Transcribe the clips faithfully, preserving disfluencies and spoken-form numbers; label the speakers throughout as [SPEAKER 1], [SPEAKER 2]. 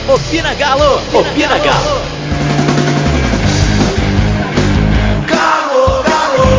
[SPEAKER 1] Opina Galo! Opina Galo! Galo, Galo!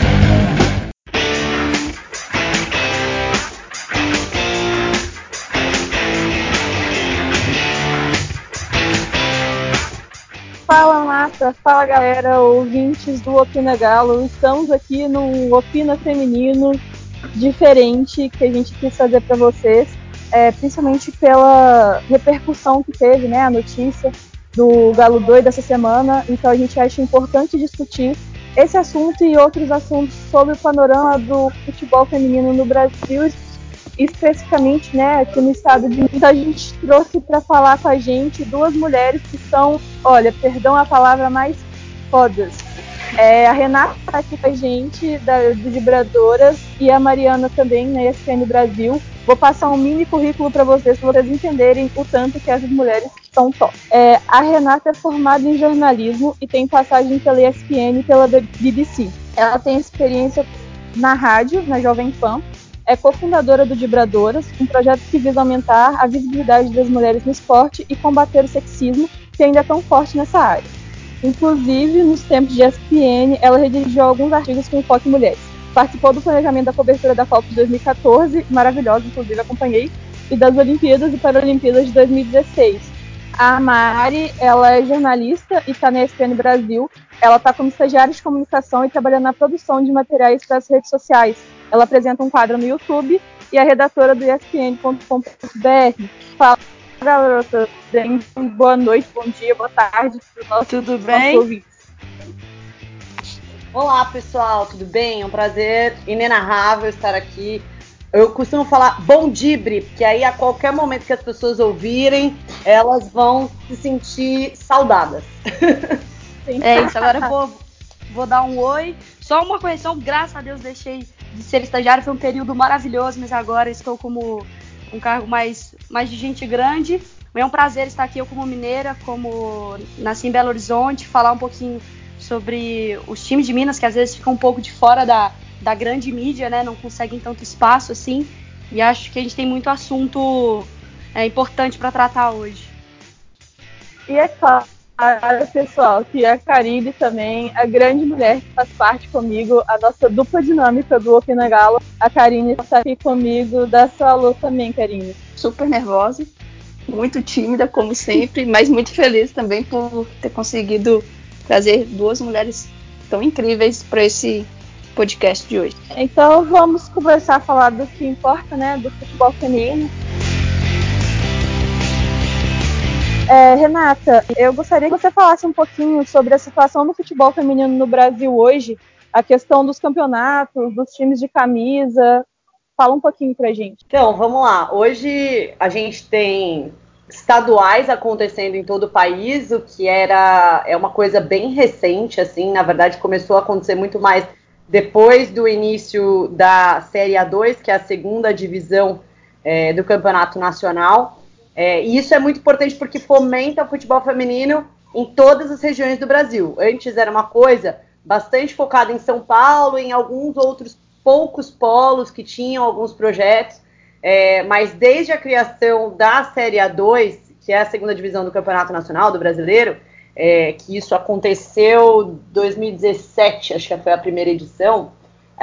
[SPEAKER 2] Fala massa, fala galera, ouvintes do Opina Galo. Estamos aqui num Opina Feminino diferente que a gente quis fazer para vocês. É, principalmente pela repercussão que teve, né, a notícia do Galo doido essa semana. Então a gente acha importante discutir esse assunto e outros assuntos sobre o panorama do futebol feminino no Brasil, especificamente, né, aqui no estado de Minas. Então a gente trouxe para falar com a gente duas mulheres que são, olha, perdão a palavra, mais fodas. É, a Renata está aqui com a gente, da, do Vibradoras, e a Mariana também, na E S P N Brasil. Vou passar um mini currículo para vocês, para vocês entenderem o tanto que essas mulheres são top. É, a Renata é formada em jornalismo e tem passagem pela E S P N e pela B B C. Ela tem experiência na rádio, na Jovem Pan. É cofundadora do Vibradoras, um projeto que visa aumentar a visibilidade das mulheres no esporte e combater o sexismo, que ainda é tão forte nessa área. Inclusive, nos tempos de E S P N, ela redigiu alguns artigos com foco em mulheres. Participou do planejamento da cobertura da Copa de dois mil e catorze, maravilhosa, inclusive acompanhei, e das Olimpíadas e Paralimpíadas de dois mil e dezesseis. A Mari, ela é jornalista e está na E S P N Brasil. Ela está como estagiária de comunicação e trabalhando na produção de materiais para as redes sociais. Ela apresenta um quadro no YouTube e é redatora do E S P N ponto com ponto b r. Fala, garota, boa noite, bom dia, boa tarde para os nossos,
[SPEAKER 3] tudo bem?
[SPEAKER 2] nossos ouvintes.
[SPEAKER 3] Olá, pessoal, tudo bem? É um prazer inenarrável estar aqui. Eu costumo falar bom dibre, porque aí a qualquer momento que as pessoas ouvirem, elas vão se sentir saudadas.
[SPEAKER 2] Sim.
[SPEAKER 4] É isso, agora eu vou, vou dar um oi. Só uma correção, graças a Deus deixei de ser estagiário, foi um período maravilhoso, mas agora estou como um cargo mais, mais de gente grande. É um prazer estar aqui, eu como mineira, como nasci em Belo Horizonte, falar um pouquinho sobre os times de Minas, que às vezes ficam um pouco de fora da, da grande mídia, né? Não conseguem tanto espaço assim. E acho que a gente tem muito assunto é, importante para tratar hoje.
[SPEAKER 2] E é claro, pessoal, que a Karine também, a grande mulher que faz parte comigo, a nossa dupla dinâmica do Opina Galo. A Karine está aqui comigo, dá seu alô também, Karine.
[SPEAKER 5] Super nervosa, muito tímida, como sempre, mas muito feliz também por ter conseguido trazer duas mulheres tão incríveis para esse podcast de hoje.
[SPEAKER 2] Então vamos começar a falar do que importa, né, do futebol feminino. É, Renata, eu gostaria que você falasse um pouquinho sobre a situação do futebol feminino no Brasil hoje, a questão dos campeonatos, dos times de camisa. Fala um pouquinho pra gente.
[SPEAKER 3] Então, vamos lá. Hoje a gente tem estaduais acontecendo em todo o país, o que era é uma coisa bem recente, assim, na verdade começou a acontecer muito mais depois do início da Série A dois, que é a segunda divisão é, do Campeonato Nacional. É, e isso é muito importante porque fomenta o futebol feminino em todas as regiões do Brasil. Antes era uma coisa bastante focada em São Paulo e em alguns outros poucos polos que tinham alguns projetos, é, mas desde a criação da Série A dois, que é a segunda divisão do Campeonato Nacional do Brasileiro, é, que isso aconteceu em dois mil e dezessete, acho que foi a primeira edição,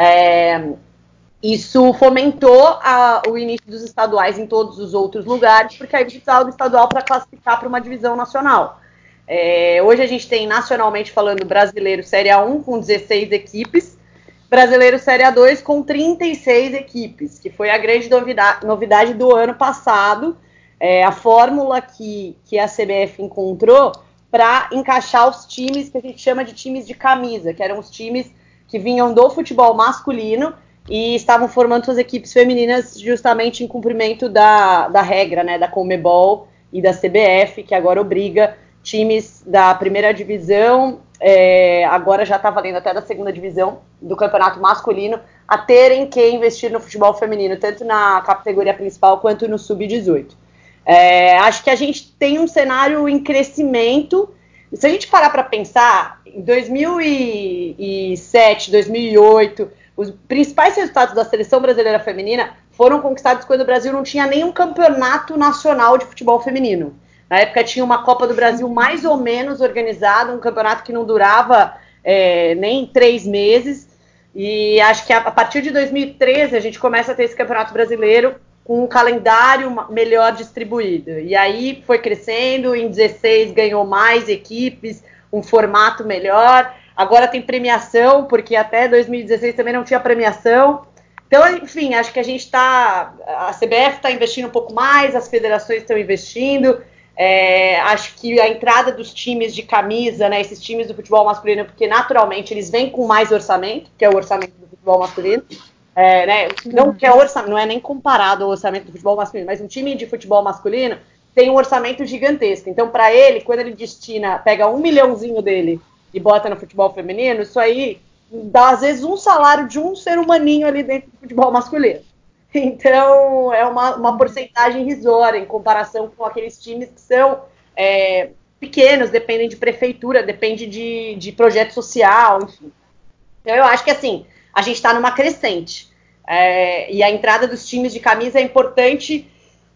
[SPEAKER 3] é, isso fomentou a, o início dos estaduais em todos os outros lugares, porque aí precisava do estadual para classificar para uma divisão nacional. É, hoje a gente tem, nacionalmente falando, Brasileiro Série A um com dezesseis equipes, Brasileiro Série A dois com trinta e seis equipes, que foi a grande novidade, novidade do ano passado, é, a fórmula que, que a C B F encontrou para encaixar os times que a gente chama de times de camisa, que eram os times que vinham do futebol masculino e estavam formando suas equipes femininas justamente em cumprimento da, da regra, né, da Conmebol e da C B F, que agora obriga times da primeira divisão, é, agora já está valendo até da segunda divisão do campeonato masculino, a terem que investir no futebol feminino, tanto na categoria principal quanto no sub dezoito. É, acho que a gente tem um cenário em crescimento. Se a gente parar para pensar, em dois mil e sete, dois mil e oito, os principais resultados da seleção brasileira feminina foram conquistados quando o Brasil não tinha nenhum campeonato nacional de futebol feminino. Na época tinha uma Copa do Brasil mais ou menos organizada, um campeonato que não durava é, nem três meses. E acho que a, a partir de dois mil e treze a gente começa a ter esse campeonato brasileiro com um calendário melhor distribuído. E aí foi crescendo, em dezesseis ganhou mais equipes, um formato melhor. Agora tem premiação, porque até dois mil e dezesseis também não tinha premiação. Então, enfim, acho que a gente está... A C B F está investindo um pouco mais, as federações estão investindo. É, acho que a entrada dos times de camisa, né, esses times do futebol masculino, porque naturalmente eles vêm com mais orçamento, que é o orçamento do futebol masculino. É, né, não, que é orçamento, não é nem comparado ao orçamento do futebol masculino, mas um time de futebol masculino tem um orçamento gigantesco. Então, para ele, quando ele destina, pega um milhãozinho dele e bota no futebol feminino, isso aí dá, às vezes, um salário de um ser humaninho ali dentro do futebol masculino. Então, é uma, uma porcentagem irrisória em comparação com aqueles times que são é, pequenos, dependem de prefeitura, depende de, de projeto social, enfim. Então, eu acho que, assim, a gente está numa crescente. É, e a entrada dos times de camisa é importante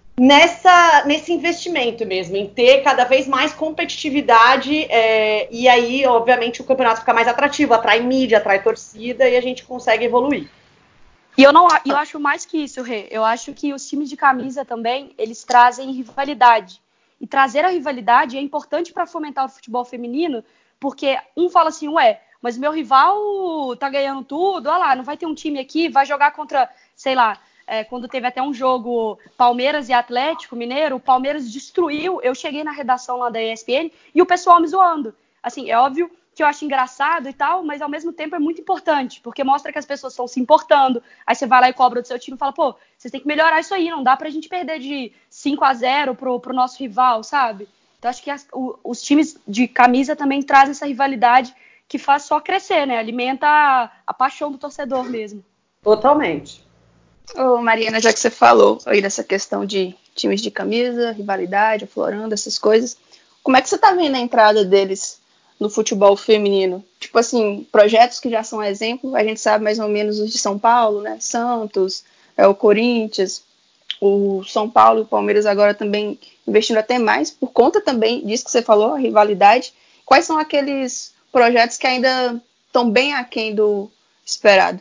[SPEAKER 3] nessa, nesse investimento mesmo, em ter cada vez mais competitividade, é, e aí, obviamente, o campeonato fica mais atrativo, atrai mídia, atrai torcida, e a gente consegue evoluir.
[SPEAKER 4] E eu não, eu acho mais que isso, Rê. Eu acho que os times de camisa também, eles trazem rivalidade. E trazer a rivalidade é importante para fomentar o futebol feminino, porque um fala assim, ué, mas meu rival tá ganhando tudo, olha lá, não vai ter um time aqui, vai jogar contra, sei lá, é, quando teve até um jogo Palmeiras e Atlético Mineiro, o Palmeiras destruiu, eu cheguei na redação lá da E S P N e o pessoal me zoando. Assim, é óbvio que eu acho engraçado e tal, mas ao mesmo tempo é muito importante, porque mostra que as pessoas estão se importando, aí você vai lá e cobra do seu time e fala, pô, vocês têm que melhorar isso aí, não dá pra gente perder de cinco a zero pro, pro nosso rival, sabe? Então acho que as, o, os times de camisa também trazem essa rivalidade que faz só crescer, né? Alimenta a, a paixão do torcedor mesmo.
[SPEAKER 3] Totalmente.
[SPEAKER 5] Ô, Mariana, já que você falou aí dessa questão de times de camisa, rivalidade, aflorando, essas coisas, como é que você tá vendo a entrada deles no futebol feminino? Tipo assim, projetos que já são exemplo, a gente sabe mais ou menos os de São Paulo, né? Santos, é, o Corinthians, o São Paulo e o Palmeiras agora também investindo até mais, por conta também disso que você falou, a rivalidade. Quais são aqueles projetos que ainda estão bem aquém do esperado?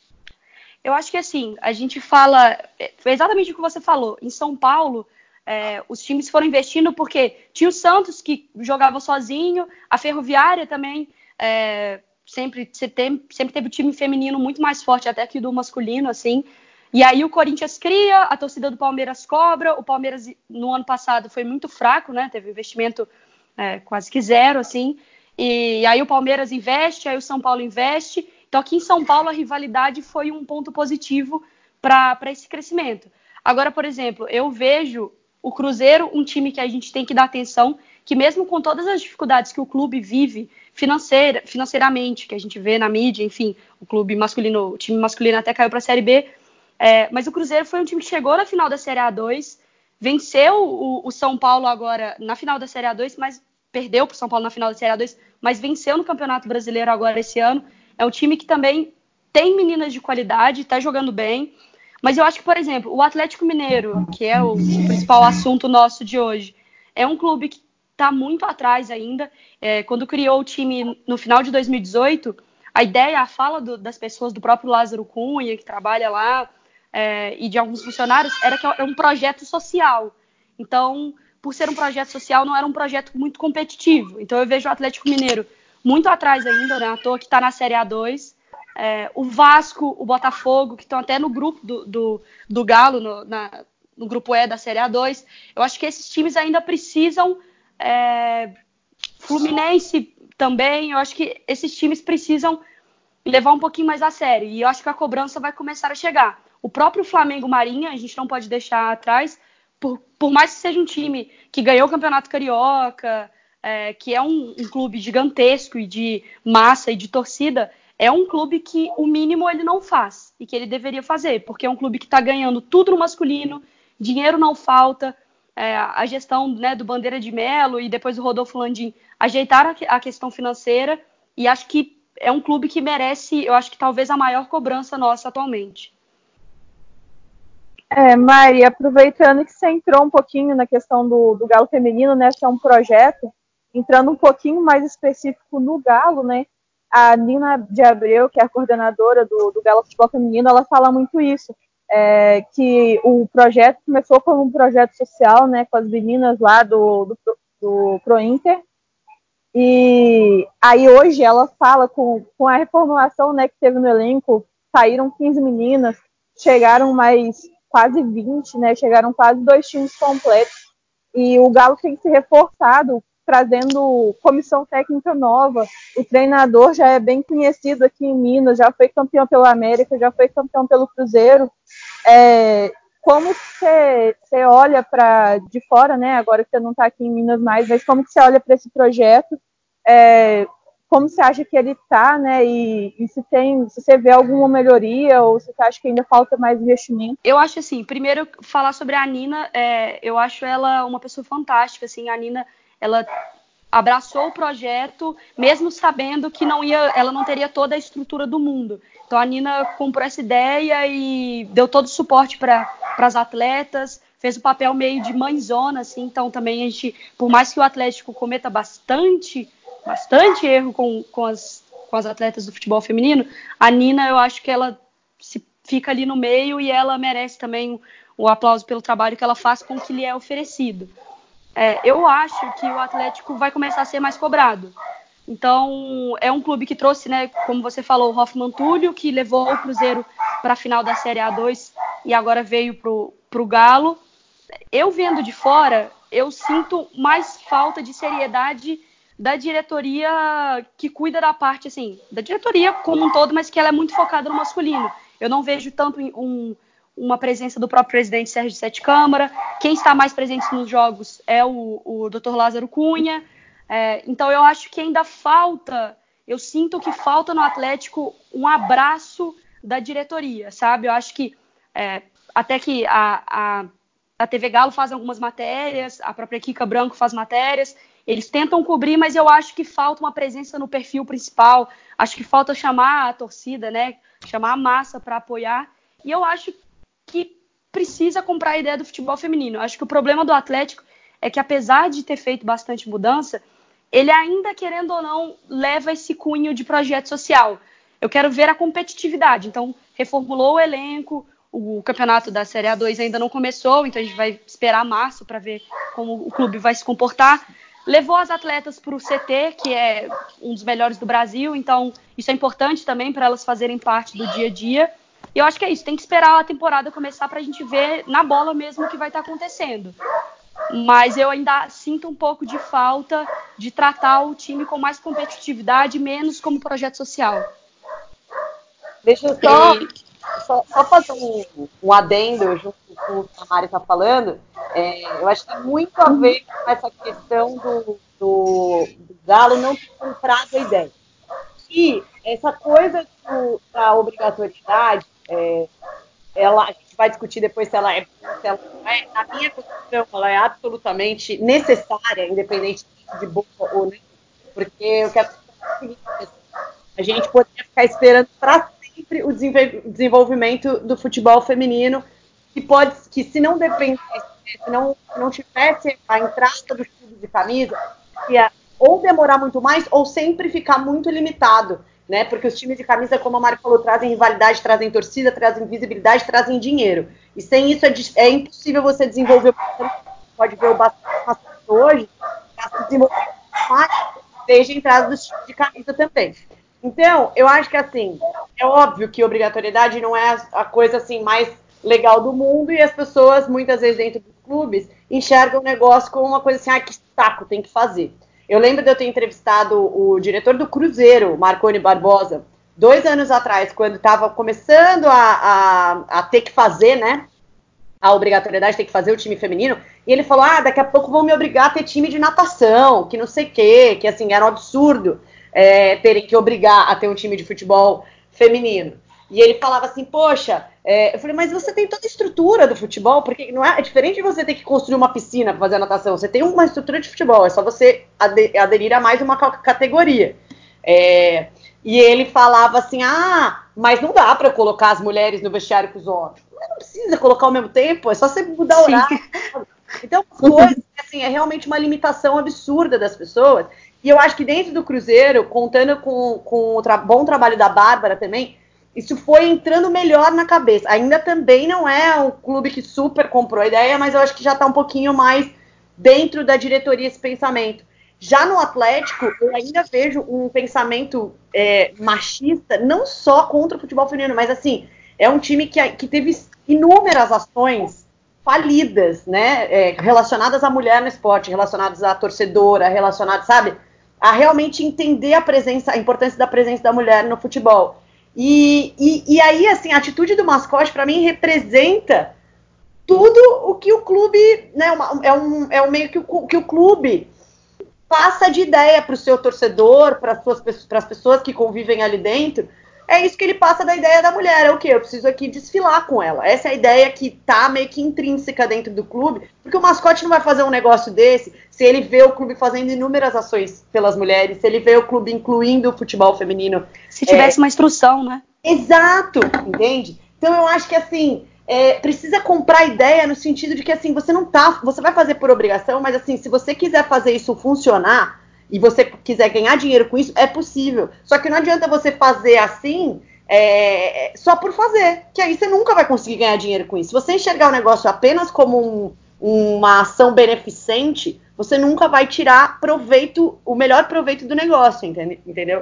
[SPEAKER 4] Eu acho que assim, a gente fala, foi exatamente o que você falou, em São Paulo, é, os times foram investindo porque tinha o Santos que jogava sozinho, a Ferroviária também é, sempre, sempre teve o time feminino muito mais forte até que o do masculino, assim, e aí o Corinthians cria, a torcida do Palmeiras cobra, o Palmeiras no ano passado foi muito fraco, né, teve investimento é, quase que zero, assim, e, e aí o Palmeiras investe, aí o São Paulo investe. Então, aqui em São Paulo, a rivalidade foi um ponto positivo para esse crescimento. Agora, por exemplo, eu vejo o Cruzeiro um time que a gente tem que dar atenção, que mesmo com todas as dificuldades que o clube vive financeira, financeiramente, que a gente vê na mídia, enfim, o clube masculino, o time masculino até caiu para a Série B, é, mas o Cruzeiro foi um time que chegou na final da Série A dois, venceu o, o São Paulo agora na final da Série A dois, mas perdeu para o São Paulo na final da Série A dois, mas venceu no Campeonato Brasileiro agora esse ano. É um time que também tem meninas de qualidade, está jogando bem. Mas eu acho que, por exemplo, o Atlético Mineiro, que é o, o principal assunto nosso de hoje, é um clube que está muito atrás ainda. É, quando criou o time no final de dois mil e dezoito, a ideia, a fala do, das pessoas, do próprio Lázaro Cunha, que trabalha lá, é, e de alguns funcionários, era que era um projeto social. Então, por ser um projeto social, não era um projeto muito competitivo. Então, eu vejo o Atlético Mineiro muito atrás ainda, né? À toa que está na Série A dois. É, o Vasco, o Botafogo, que estão até no grupo do, do, do Galo, no, na, no grupo E da Série A dois. Eu acho que esses times ainda precisam. É, Fluminense também, eu acho que esses times precisam levar um pouquinho mais a sério. E eu acho que a cobrança vai começar a chegar. O próprio Flamengo Marinha, a gente não pode deixar atrás, por, por mais que seja um time que ganhou o Campeonato Carioca, é, que é um, um clube gigantesco e de massa e de torcida, é um clube que o mínimo ele não faz e que ele deveria fazer, porque é um clube que está ganhando tudo no masculino, dinheiro não falta, é, a gestão, né, do Bandeira de Melo e depois o Rodolfo Landim ajeitaram a, a questão financeira, e acho que é um clube que merece, eu acho que talvez a maior cobrança nossa atualmente.
[SPEAKER 2] É, Mari, aproveitando que você entrou um pouquinho na questão do, do Galo feminino, né, que é um projeto, entrando um pouquinho mais específico no Galo, né, a Nina de Abreu, que é a coordenadora do, do Galo Futebol Feminino, ela fala muito isso, é, que o projeto começou como um projeto social, né, com as meninas lá do, do, do Prointer, e aí hoje ela fala com, com a reformulação, né, que teve no elenco, saíram quinze meninas, chegaram mais quase vinte, né, chegaram quase dois times completos, e o Galo tem se reforçado, trazendo comissão técnica nova, o treinador já é bem conhecido aqui em Minas, já foi campeão pela América, já foi campeão pelo Cruzeiro. É, como você, você olha para de fora, né? Agora que você não está aqui em Minas mais, mas como que você olha para esse projeto? É, como você acha que ele está, né? E, e se tem, se você vê alguma melhoria ou se você acha que ainda falta mais investimento?
[SPEAKER 4] Eu acho assim, primeiro falar sobre a Nina, é, eu acho ela uma pessoa fantástica, assim, a Nina, ela abraçou o projeto, mesmo sabendo que não ia, ela não teria toda a estrutura do mundo. Então a Nina comprou essa ideia e deu todo o suporte para as atletas, fez o papel meio de mãezona, assim. Então também a gente, por mais que o Atlético cometa bastante, bastante erro com, com, as, com as atletas do futebol feminino, a Nina, eu acho que ela se fica ali no meio e ela merece também o aplauso pelo trabalho que ela faz com o que lhe é oferecido. É, eu acho que o Atlético vai começar a ser mais cobrado. Então, é um clube que trouxe, né, como você falou, o Hoffman Túlio, que levou o Cruzeiro para a final da Série A dois e agora veio para o Galo. Eu vendo de fora, eu sinto mais falta de seriedade da diretoria que cuida da parte, assim, da diretoria como um todo, mas que ela é muito focada no masculino. Eu não vejo tanto um, uma presença do próprio presidente Sérgio Sete Câmara. Quem está mais presente nos jogos é o, o doutor Lázaro Cunha. É, então eu acho que ainda falta, eu sinto que falta no Atlético um abraço da diretoria, sabe? Eu acho que é, até que a, a a T V Galo faz algumas matérias, a própria Kika Branco faz matérias, eles tentam cobrir, mas eu acho que falta uma presença no perfil principal, acho que falta chamar a torcida, né, chamar a massa para apoiar, e eu acho que precisa comprar a ideia do futebol feminino. Eu acho que o problema do Atlético é que, apesar de ter feito bastante mudança, ele ainda, querendo ou não, leva esse cunho de projeto social. Eu quero ver a competitividade, então reformulou o elenco, o campeonato da Série A dois ainda não começou, então a gente vai esperar março para ver como o clube vai se comportar. Levou as atletas para o C T, que é um dos melhores do Brasil, então isso é importante também para elas fazerem parte do dia a dia. E eu acho que é isso, tem que esperar a temporada começar para a gente ver na bola mesmo o que vai estar acontecendo. Mas eu ainda sinto um pouco de falta de tratar o time com mais competitividade, menos como projeto social.
[SPEAKER 3] Deixa eu só, só, só fazer um, um adendo junto com o que a Mari está falando. É, eu acho que tem muito a ver com essa questão do, do, do Galo não ter comprado a ideia. E essa coisa do, da obrigatoriedade, é, ela, a gente vai discutir depois se ela é, se ela não é. Na minha concepção, ela é absolutamente necessária, independente de boa ou não, porque eu quero dizer, a gente poderia ficar esperando para sempre o desenvolvimento do futebol feminino, que pode, que se não dependesse, se não, se não tivesse a entrada dos clubes de camisa, ia ou demorar muito mais ou sempre ficar muito limitado, né? Porque os times de camisa, como a Mari falou, trazem rivalidade, trazem torcida, trazem visibilidade, trazem dinheiro. E sem isso é, é impossível você desenvolver. Pode ver o basquete hoje, se desenvolver mais, desde a entrada dos times de camisa também. Então, eu acho que assim, é óbvio que obrigatoriedade não é a coisa assim mais legal do mundo e as pessoas, muitas vezes dentro dos clubes, enxergam o negócio como uma coisa assim, ah, que saco, tem que fazer. Eu lembro de eu ter entrevistado o diretor do Cruzeiro, Marconi Barbosa, dois anos atrás, quando estava começando a, a, a ter que fazer, né, a obrigatoriedade de ter que fazer o time feminino, e ele falou, ah, daqui a pouco vão me obrigar a ter time de natação, que não sei o quê, que assim, era um absurdo é, terem que obrigar a ter um time de futebol feminino. E ele falava assim, poxa, é, eu falei, mas você tem toda a estrutura do futebol, porque não é, é diferente de você ter que construir uma piscina para fazer a natação, você tem uma estrutura de futebol, é só você aderir a mais uma categoria. É, e ele falava assim, ah, mas não dá para colocar as mulheres no vestiário com os homens. Mas não precisa colocar ao mesmo tempo, é só você mudar o horário. Então, coisas, assim, é realmente uma limitação absurda das pessoas. E eu acho que dentro do Cruzeiro, contando com, com o tra- bom trabalho da Bárbara também, isso foi entrando melhor na cabeça. Ainda também não é um clube que super comprou a ideia, mas eu acho que já está um pouquinho mais dentro da diretoria esse pensamento. Já no Atlético, eu ainda vejo um pensamento é, machista, não só contra o futebol feminino, mas assim, é um time que, que teve inúmeras ações falidas, né, é, relacionadas à mulher no esporte, relacionadas à torcedora, relacionadas, sabe, a realmente entender a presença, a importância da presença da mulher no futebol. E, e, e aí, assim, a atitude do mascote, para mim, representa tudo o que o clube, né, uma, é, um, é um meio que o, que o clube passa de ideia para o seu torcedor, para as pessoas que convivem ali dentro. É isso que ele passa da ideia da mulher. É o quê? Eu preciso aqui desfilar com ela. Essa é a ideia que tá meio que intrínseca dentro do clube, porque o mascote não vai fazer um negócio desse se ele vê o clube fazendo inúmeras ações pelas mulheres, se ele vê o clube incluindo o futebol feminino.
[SPEAKER 4] Se tivesse é... uma instrução, né?
[SPEAKER 3] Exato, entende? Então eu acho que assim, é, precisa comprar ideia no sentido de que assim, você não tá, você vai fazer por obrigação, mas assim, se você quiser fazer isso funcionar e você quiser ganhar dinheiro com isso, é possível. Só que não adianta você fazer assim é, só por fazer, que aí você nunca vai conseguir ganhar dinheiro com isso. Se você enxergar o negócio apenas como um, uma ação beneficente, você nunca vai tirar proveito, o melhor proveito do negócio, entendeu?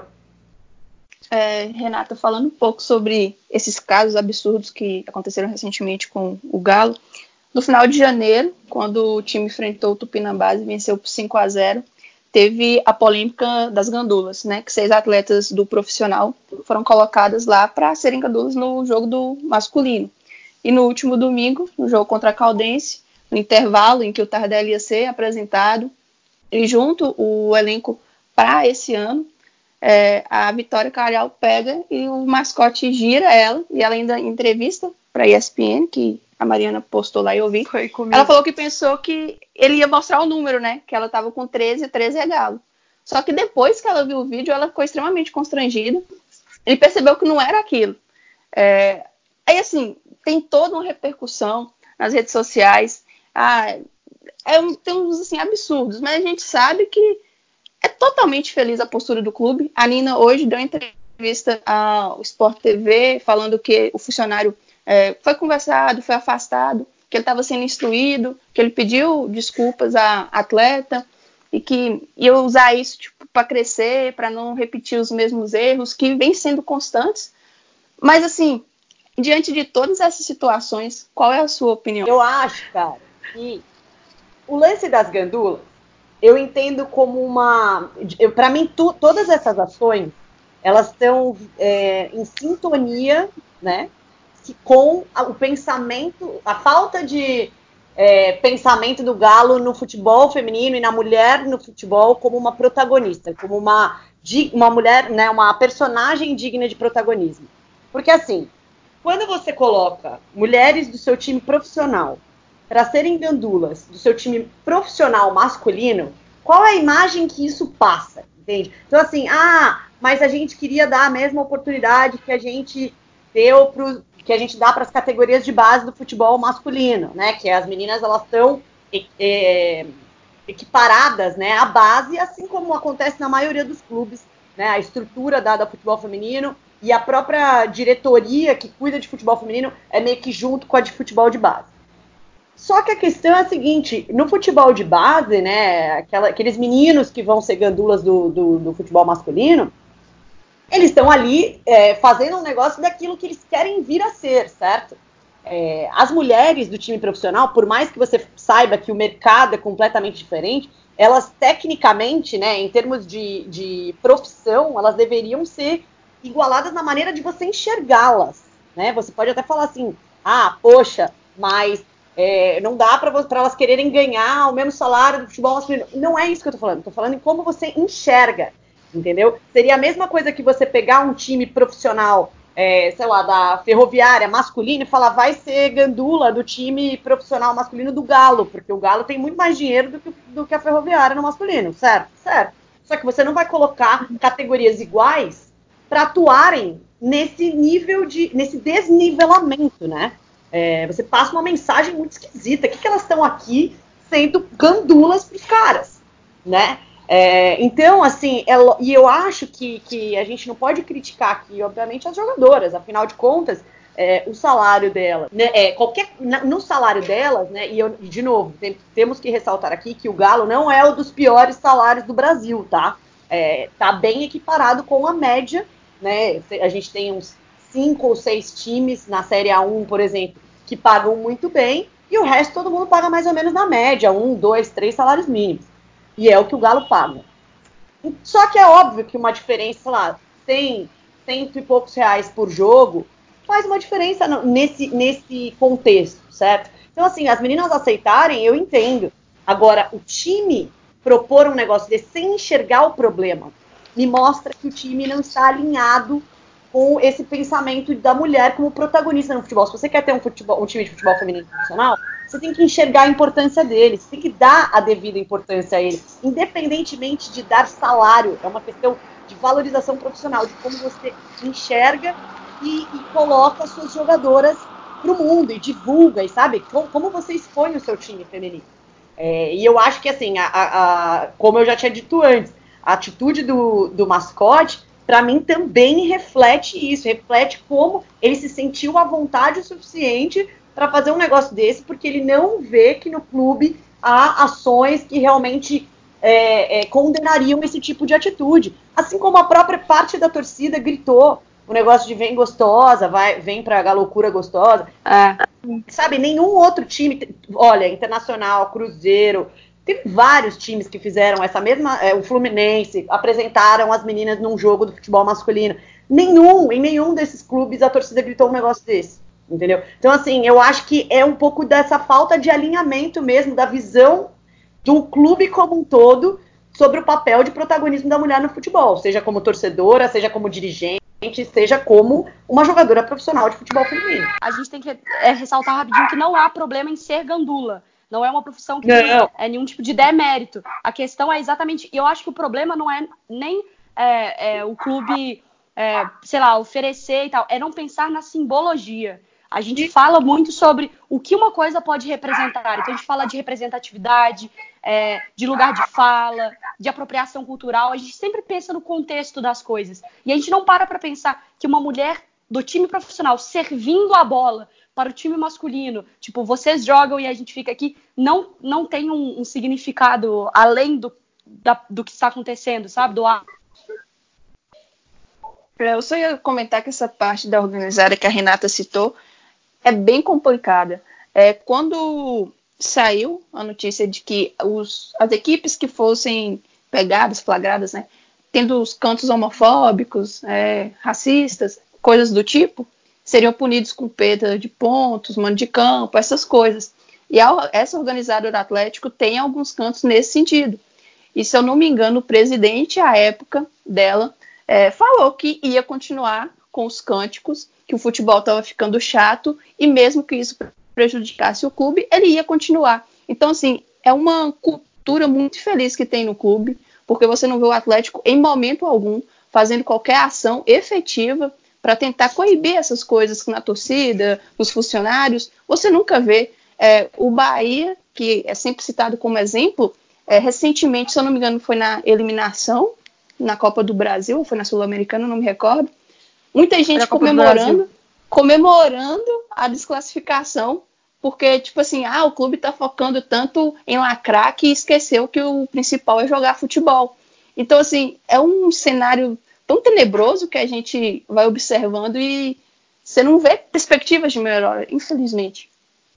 [SPEAKER 5] É, Renata, falando um pouco sobre esses casos absurdos que aconteceram recentemente com o Galo, no final de janeiro, quando o time enfrentou o Tupinambás e venceu por cinco a zero, teve a polêmica das gandulas, né, que seis atletas do profissional foram colocadas lá para serem gandulas no jogo do masculino. E no último domingo, no jogo contra a Caldense, no intervalo em que o Tardelli ia ser apresentado, e junto o elenco para esse ano, É, a Vitória Calhau pega e o mascote gira ela, e ela ainda entrevista para a E S P N, que a Mariana postou lá e eu vi. Ela falou que pensou que ele ia mostrar o número, né? Que ela tava com treze e treze é galo. Só que depois que ela viu o vídeo, ela ficou extremamente constrangida. Ele percebeu que não era aquilo. É, aí, assim, tem toda uma repercussão nas redes sociais. Ah, é um, tem uns assim, absurdos, mas a gente sabe que é totalmente feliz a postura do clube. A Nina hoje deu entrevista ao Sport T V falando que o funcionário é, foi conversado, foi afastado, que ele estava sendo instruído, que ele pediu desculpas à atleta e que ia usar isso tipo, para crescer, para não repetir os mesmos erros que vêm sendo constantes. Mas assim, diante de todas essas situações, qual é a sua opinião?
[SPEAKER 3] Eu acho, cara, que o lance das gandulas eu entendo como uma... Para mim, tu, todas essas ações, elas estão é, em sintonia, né, com o pensamento, a falta de é, pensamento do Galo no futebol feminino e na mulher no futebol como uma protagonista, como uma, uma mulher, né, uma personagem digna de protagonismo. Porque, assim, quando você coloca mulheres do seu time profissional para serem gandulas do seu time profissional masculino, qual é a imagem que isso passa, entende? Então, assim, ah, mas a gente queria dar a mesma oportunidade que a gente deu pro, que a gente dá para as categorias de base do futebol masculino, né? Que as meninas, elas estão é, equiparadas, né, à base, assim como acontece na maioria dos clubes, né? A estrutura dada ao futebol feminino e a própria diretoria que cuida de futebol feminino é meio que junto com a de futebol de base. Só que a questão é a seguinte, no futebol de base, né, aquela, aqueles meninos que vão ser gandulas do, do, do futebol masculino, eles estão ali é, fazendo um negócio daquilo que eles querem vir a ser, certo? É, as mulheres do time profissional, por mais que você saiba que o mercado é completamente diferente, elas tecnicamente, né, em termos de, de profissão, elas deveriam ser igualadas na maneira de você enxergá-las, né? Você pode até falar assim, ah, poxa, mas é, não dá para elas quererem ganhar o mesmo salário do futebol masculino. Não é isso que eu tô falando. Tô falando em como você enxerga, entendeu? Seria a mesma coisa que você pegar um time profissional, é, sei lá, da Ferroviária masculino e falar, vai ser gandula do time profissional masculino do Galo, porque o Galo tem muito mais dinheiro do que, do que a Ferroviária no masculino, certo? Certo. Só que você não vai colocar categorias iguais para atuarem nesse nível de, nesse desnivelamento, né? É, você passa uma mensagem muito esquisita. O que, que elas estão aqui sendo gandulas para os caras, né? É, então, assim, é, e eu acho que, que a gente não pode criticar aqui, obviamente, as jogadoras. Afinal de contas, é, o salário delas, né, é, qualquer, no salário delas, né? E eu, de novo, tem, temos que ressaltar aqui que o Galo não é um dos piores salários do Brasil, tá? É, tá bem equiparado com a média, né? A gente tem uns cinco ou seis times na Série A um, por exemplo, que pagam muito bem, e o resto todo mundo paga mais ou menos na média, um, dois, três salários mínimos. E é o que o Galo paga. Só que é óbvio que uma diferença, sei lá, cem, cento e poucos reais por jogo faz uma diferença nesse, nesse contexto, certo? Então, assim, as meninas aceitarem, eu entendo. Agora, o time propor um negócio desse sem enxergar o problema me mostra que o time não está alinhado com esse pensamento da mulher como protagonista no futebol. Se você quer ter um, futebol, um time de futebol feminino profissional, você tem que enxergar a importância dele, você tem que dar a devida importância a ele, independentemente de dar salário. É uma questão de valorização profissional, de como você enxerga e, e coloca as suas jogadoras para o mundo e divulga, e sabe? Como, como você expõe o seu time feminino. É, e eu acho que, assim, a, a, a, como eu já tinha dito antes, a atitude do, do mascote, para mim, também reflete isso, reflete como ele se sentiu à vontade o suficiente para fazer um negócio desse, porque ele não vê que no clube há ações que realmente é, é, condenariam esse tipo de atitude. Assim como a própria parte da torcida gritou o negócio de vem gostosa, vai, vem pra galocura gostosa.
[SPEAKER 4] É.
[SPEAKER 3] Sabe, nenhum outro time, olha, Internacional, Cruzeiro, tem vários times que fizeram essa mesma, é, o Fluminense, apresentaram as meninas num jogo do futebol masculino. Nenhum, em nenhum desses clubes a torcida gritou um negócio desse, entendeu? Então, assim, eu acho que é um pouco dessa falta de alinhamento mesmo, da visão do clube como um todo sobre o papel de protagonismo da mulher no futebol, seja como torcedora, seja como dirigente, seja como uma jogadora profissional de futebol feminino.
[SPEAKER 4] A gente tem que é, ressaltar rapidinho que não há problema em ser gandula. Não é uma profissão que
[SPEAKER 3] não.
[SPEAKER 4] tem é, nenhum tipo de demérito. A questão é exatamente... E eu acho que o problema não é nem é, é, o clube, é, sei lá, oferecer e tal. É não pensar na simbologia. A gente fala muito sobre o que uma coisa pode representar. Então, a gente fala de representatividade, é, de lugar de fala, de apropriação cultural. A gente sempre pensa no contexto das coisas. E a gente não para para pensar que uma mulher do time profissional servindo a bola para o time masculino, tipo, vocês jogam e a gente fica aqui, não, não tem um, um significado além do, da, do que está acontecendo, sabe? Do ar.
[SPEAKER 5] Eu só ia comentar que essa parte da organizada que a Renata citou é bem complicada. É, quando saiu a notícia de que os, as equipes que fossem pegadas, flagradas, né, tendo os cantos homofóbicos, é, racistas, coisas do tipo, seriam punidos com perda de pontos, mano de campo, essas coisas. E a, essa organizada do Atlético tem alguns cantos nesse sentido. E, se eu não me engano, o presidente, à época dela, é, falou que ia continuar com os cânticos, que o futebol estava ficando chato, e mesmo que isso prejudicasse o clube, ele ia continuar. Então, assim, é uma cultura muito feliz que tem no clube, porque você não vê o Atlético, em momento algum, fazendo qualquer ação efetiva para tentar coibir essas coisas na torcida, nos funcionários. Você nunca vê. É, o Bahia, que é sempre citado como exemplo, é, recentemente, se eu não me engano, foi na eliminação, na Copa do Brasil, ou foi na Sul-Americana, não me recordo. Muita gente comemorando, comemorando a desclassificação, porque, tipo assim, ah, o clube tá focando tanto em lacrar que esqueceu que o principal é jogar futebol. Então, assim, é um cenário tão tenebroso que a gente vai observando e você não vê perspectivas de melhora, infelizmente.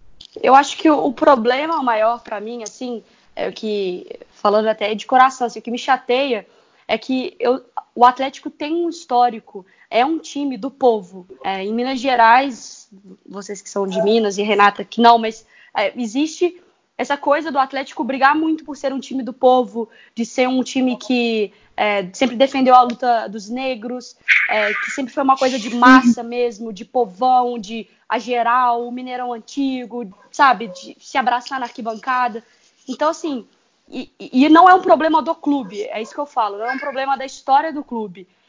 [SPEAKER 4] Eu acho que o, o problema maior para mim, assim, é o que, falando até de coração, assim, o que me chateia é que eu, o Atlético tem um histórico, é um time do povo. É, em Minas Gerais, vocês que são de Minas e Renata que não, mas é, existe essa coisa do Atlético brigar muito por ser um time do povo, de ser um time que é, sempre defendeu a luta dos negros, é, que sempre foi uma coisa de massa mesmo, de povão, de a geral, o Mineirão antigo, sabe, de se abraçar na arquibancada. Então, assim, e, e não é um problema do clube, é isso que eu falo, não é um problema da história do clube.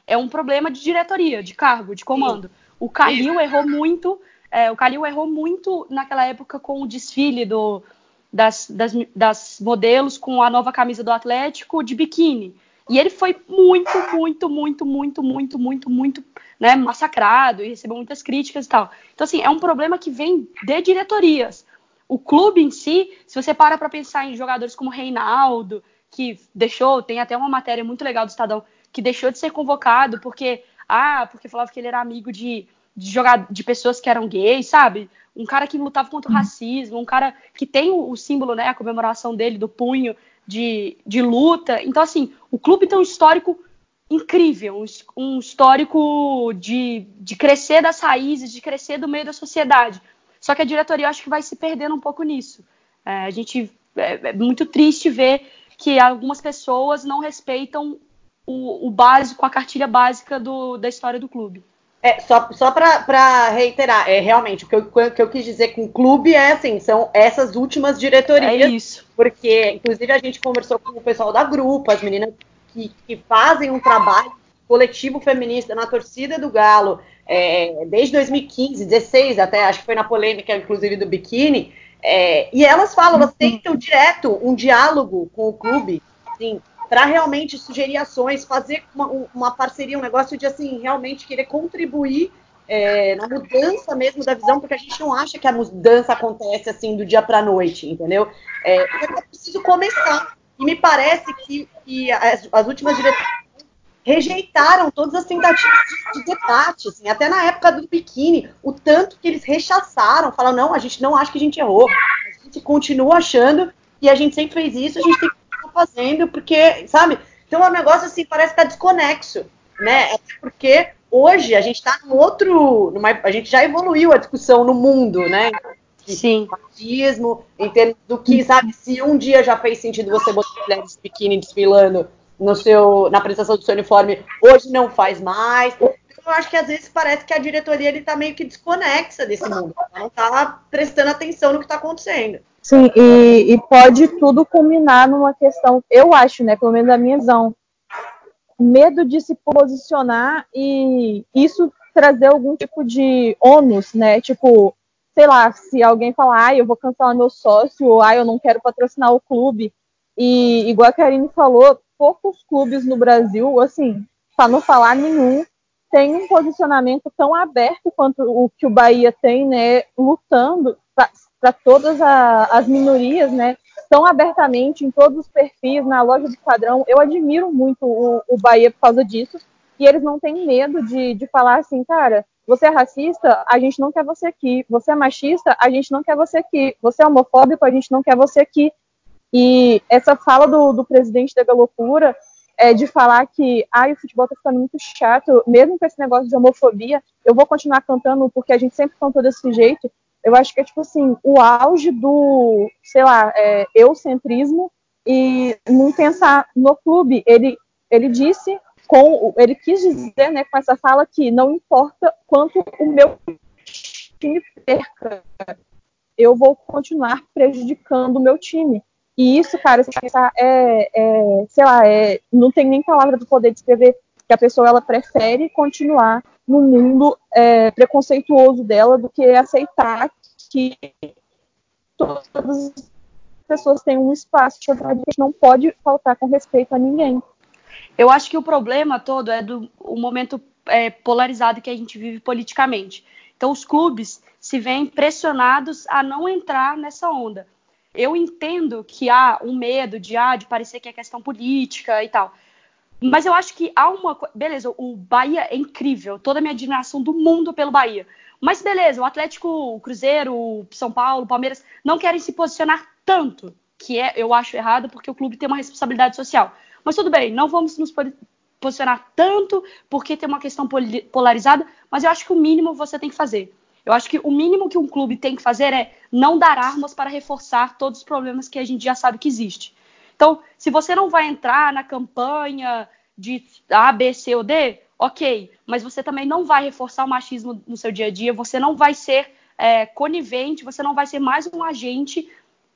[SPEAKER 4] é um problema de diretoria, de cargo, de comando. O Kalil errou muito, é, o Kalil errou muito naquela época com o desfile do, das, das, das modelos com a nova camisa do Atlético de biquíni. E ele foi muito, muito, muito, muito, muito, muito, muito, né, massacrado e recebeu muitas críticas e tal. Então, assim, é um problema que vem de diretorias. O clube em si, se você para para pensar em jogadores como Reinaldo, que deixou, tem até uma matéria muito legal do Estadão, que deixou de ser convocado porque, ah, porque falava que ele era amigo de, de, jogar, de pessoas que eram gays, sabe? Um cara que lutava contra o racismo, um cara que tem o, o símbolo, né, a comemoração dele, do punho de, de luta. Então, assim, o clube tem um histórico incrível, um, um histórico de, de crescer das raízes, de crescer do meio da sociedade. Só que a diretoria, eu acho que vai se perdendo um pouco nisso. É, a gente, é, é muito triste ver que algumas pessoas não respeitam o, o básico, a cartilha básica do, da história do clube.
[SPEAKER 3] É, só só para reiterar, é realmente o que eu, o que eu quis dizer com clube é assim, são essas últimas diretorias.
[SPEAKER 4] É isso.
[SPEAKER 3] Porque, inclusive, a gente conversou com o pessoal da Grupo, as meninas que, que fazem um trabalho coletivo feminista na torcida do Galo, é, desde dois mil e quinze, dezesseis até, acho que foi na polêmica, inclusive, do biquíni, é, e elas falam, elas tentam direto um diálogo com o clube, assim, para realmente sugerir ações, fazer uma, uma parceria, um negócio de, assim, realmente querer contribuir é, na mudança mesmo da visão, porque a gente não acha que a mudança acontece, assim, do dia para a noite, entendeu? É, é preciso começar. E me parece que, que as, as últimas diretorias rejeitaram todas as tentativas de, de debate, assim, até na época do biquíni, o tanto que eles rechaçaram, falaram, não, a gente não acha que a gente errou, a gente continua achando que a gente sempre fez isso, a gente tem que continuar fazendo, porque, sabe, então é um negócio assim, parece que tá desconexo, né, até porque hoje a gente está num outro, numa, a gente já evoluiu a discussão no mundo, né,
[SPEAKER 4] Sim.
[SPEAKER 3] machismo, em termos do que, sabe, se um dia já fez sentido você botar mulheres de biquíni desfilando no seu, na apresentação do seu uniforme, hoje não faz mais. Então, eu acho que às vezes parece que a diretoria ele tá meio que desconexa desse mundo. Ela não tá prestando atenção no que está acontecendo.
[SPEAKER 2] Sim, e, e pode tudo culminar numa questão, eu acho, né, pelo menos a minha visão, medo de se posicionar e isso trazer algum tipo de ônus, né, tipo, sei lá, se alguém falar, ah, eu vou cancelar meu sócio, ou ah, eu não quero patrocinar o clube, e igual a Karine falou, poucos clubes no Brasil, assim, para não falar nenhum, tem um posicionamento tão aberto quanto o que o Bahia tem, né, lutando para todas a, as minorias, né, tão abertamente em todos os perfis, na loja do Padrão. Eu admiro muito o, o Bahia por causa disso, e eles não têm medo de, de falar assim, cara, você é racista, a gente não quer você aqui. Você é machista, a gente não quer você aqui. Você é homofóbico, a gente não quer você aqui. E essa fala do, do presidente da Galocura é de falar que ah, o futebol tá ficando muito chato, mesmo com esse negócio de homofobia, eu vou continuar cantando porque a gente sempre cantou desse jeito. Eu acho que é tipo assim, o auge do, sei lá, é, eucentrismo e não pensar no clube. Ele, ele disse, com, ele quis dizer, né, com essa fala que não importa quanto o meu time perca, eu vou continuar prejudicando o meu time. E isso, cara, é, é sei lá, é, não tem nem palavra para poder descrever que a pessoa ela prefere continuar no mundo é, preconceituoso dela do que aceitar que todas as pessoas têm um espaço. A gente não pode faltar com respeito a ninguém.
[SPEAKER 4] Eu acho que o problema todo é do o momento é, polarizado que a gente vive politicamente. Então, os clubes se veem pressionados a não entrar nessa onda. Eu entendo que há um medo de, ah, de parecer que é questão política e tal. Mas eu acho que há uma coisa... Beleza, o Bahia é incrível. Toda a minha admiração do mundo pelo Bahia. Mas beleza, o Atlético, o Cruzeiro, o São Paulo, o Palmeiras não querem se posicionar tanto. Que é, eu acho errado, porque o clube tem uma responsabilidade social. Mas tudo bem, não vamos nos posicionar tanto porque tem uma questão polarizada, mas eu acho que o mínimo você tem que fazer. Eu acho que o mínimo que um clube tem que fazer é não dar armas para reforçar todos os problemas que a gente já sabe que existe. Então, se você não vai entrar na campanha de A, B, C ou D, ok, mas você também não vai reforçar o machismo no seu dia a dia, você não vai ser é, conivente, você não vai ser mais um agente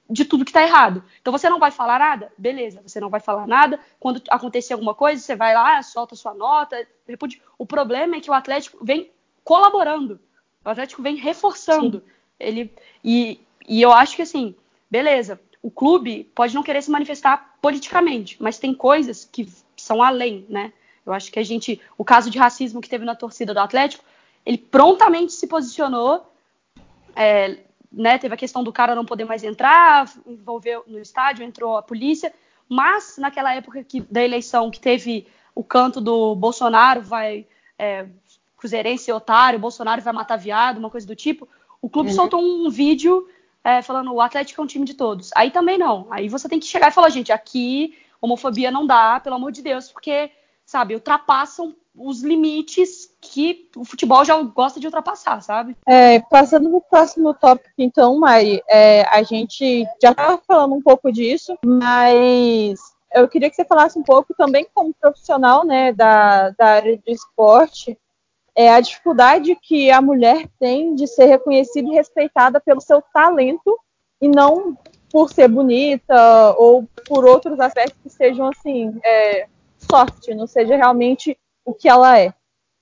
[SPEAKER 4] de tudo que tá errado. Então você não vai falar nada? Beleza, você não vai falar nada. Quando acontecer alguma coisa, você vai lá, solta sua nota, repudia. O problema é que o Atlético vem colaborando. O Atlético vem reforçando. Ele, e, e eu acho que, assim, beleza, o clube pode não querer se manifestar politicamente, mas tem coisas que são além, né? Eu acho que a gente... O caso de racismo que teve na torcida do Atlético, ele prontamente se posicionou... É, né, teve a questão do cara não poder mais entrar, envolveu no estádio, entrou a polícia, mas naquela época que, da eleição que teve o canto do Bolsonaro vai é, cruzeirense otário, Bolsonaro vai matar viado, uma coisa do tipo, o clube uhum. soltou um vídeo é, falando o Atlético é um time de todos. Aí também não, aí você tem que chegar e falar, gente, aqui homofobia não dá, pelo amor de Deus, porque, sabe, ultrapassam os limites que o futebol já gosta de ultrapassar, sabe?
[SPEAKER 2] É, passando no próximo tópico, então, Mari, é, a gente já estava falando um pouco disso, mas eu queria que você falasse um pouco também como profissional, né, da, da área do esporte, é, a dificuldade que a mulher tem de ser reconhecida e respeitada pelo seu talento e não por ser bonita ou por outros aspectos que sejam, assim, é, soft, não seja realmente o que ela é.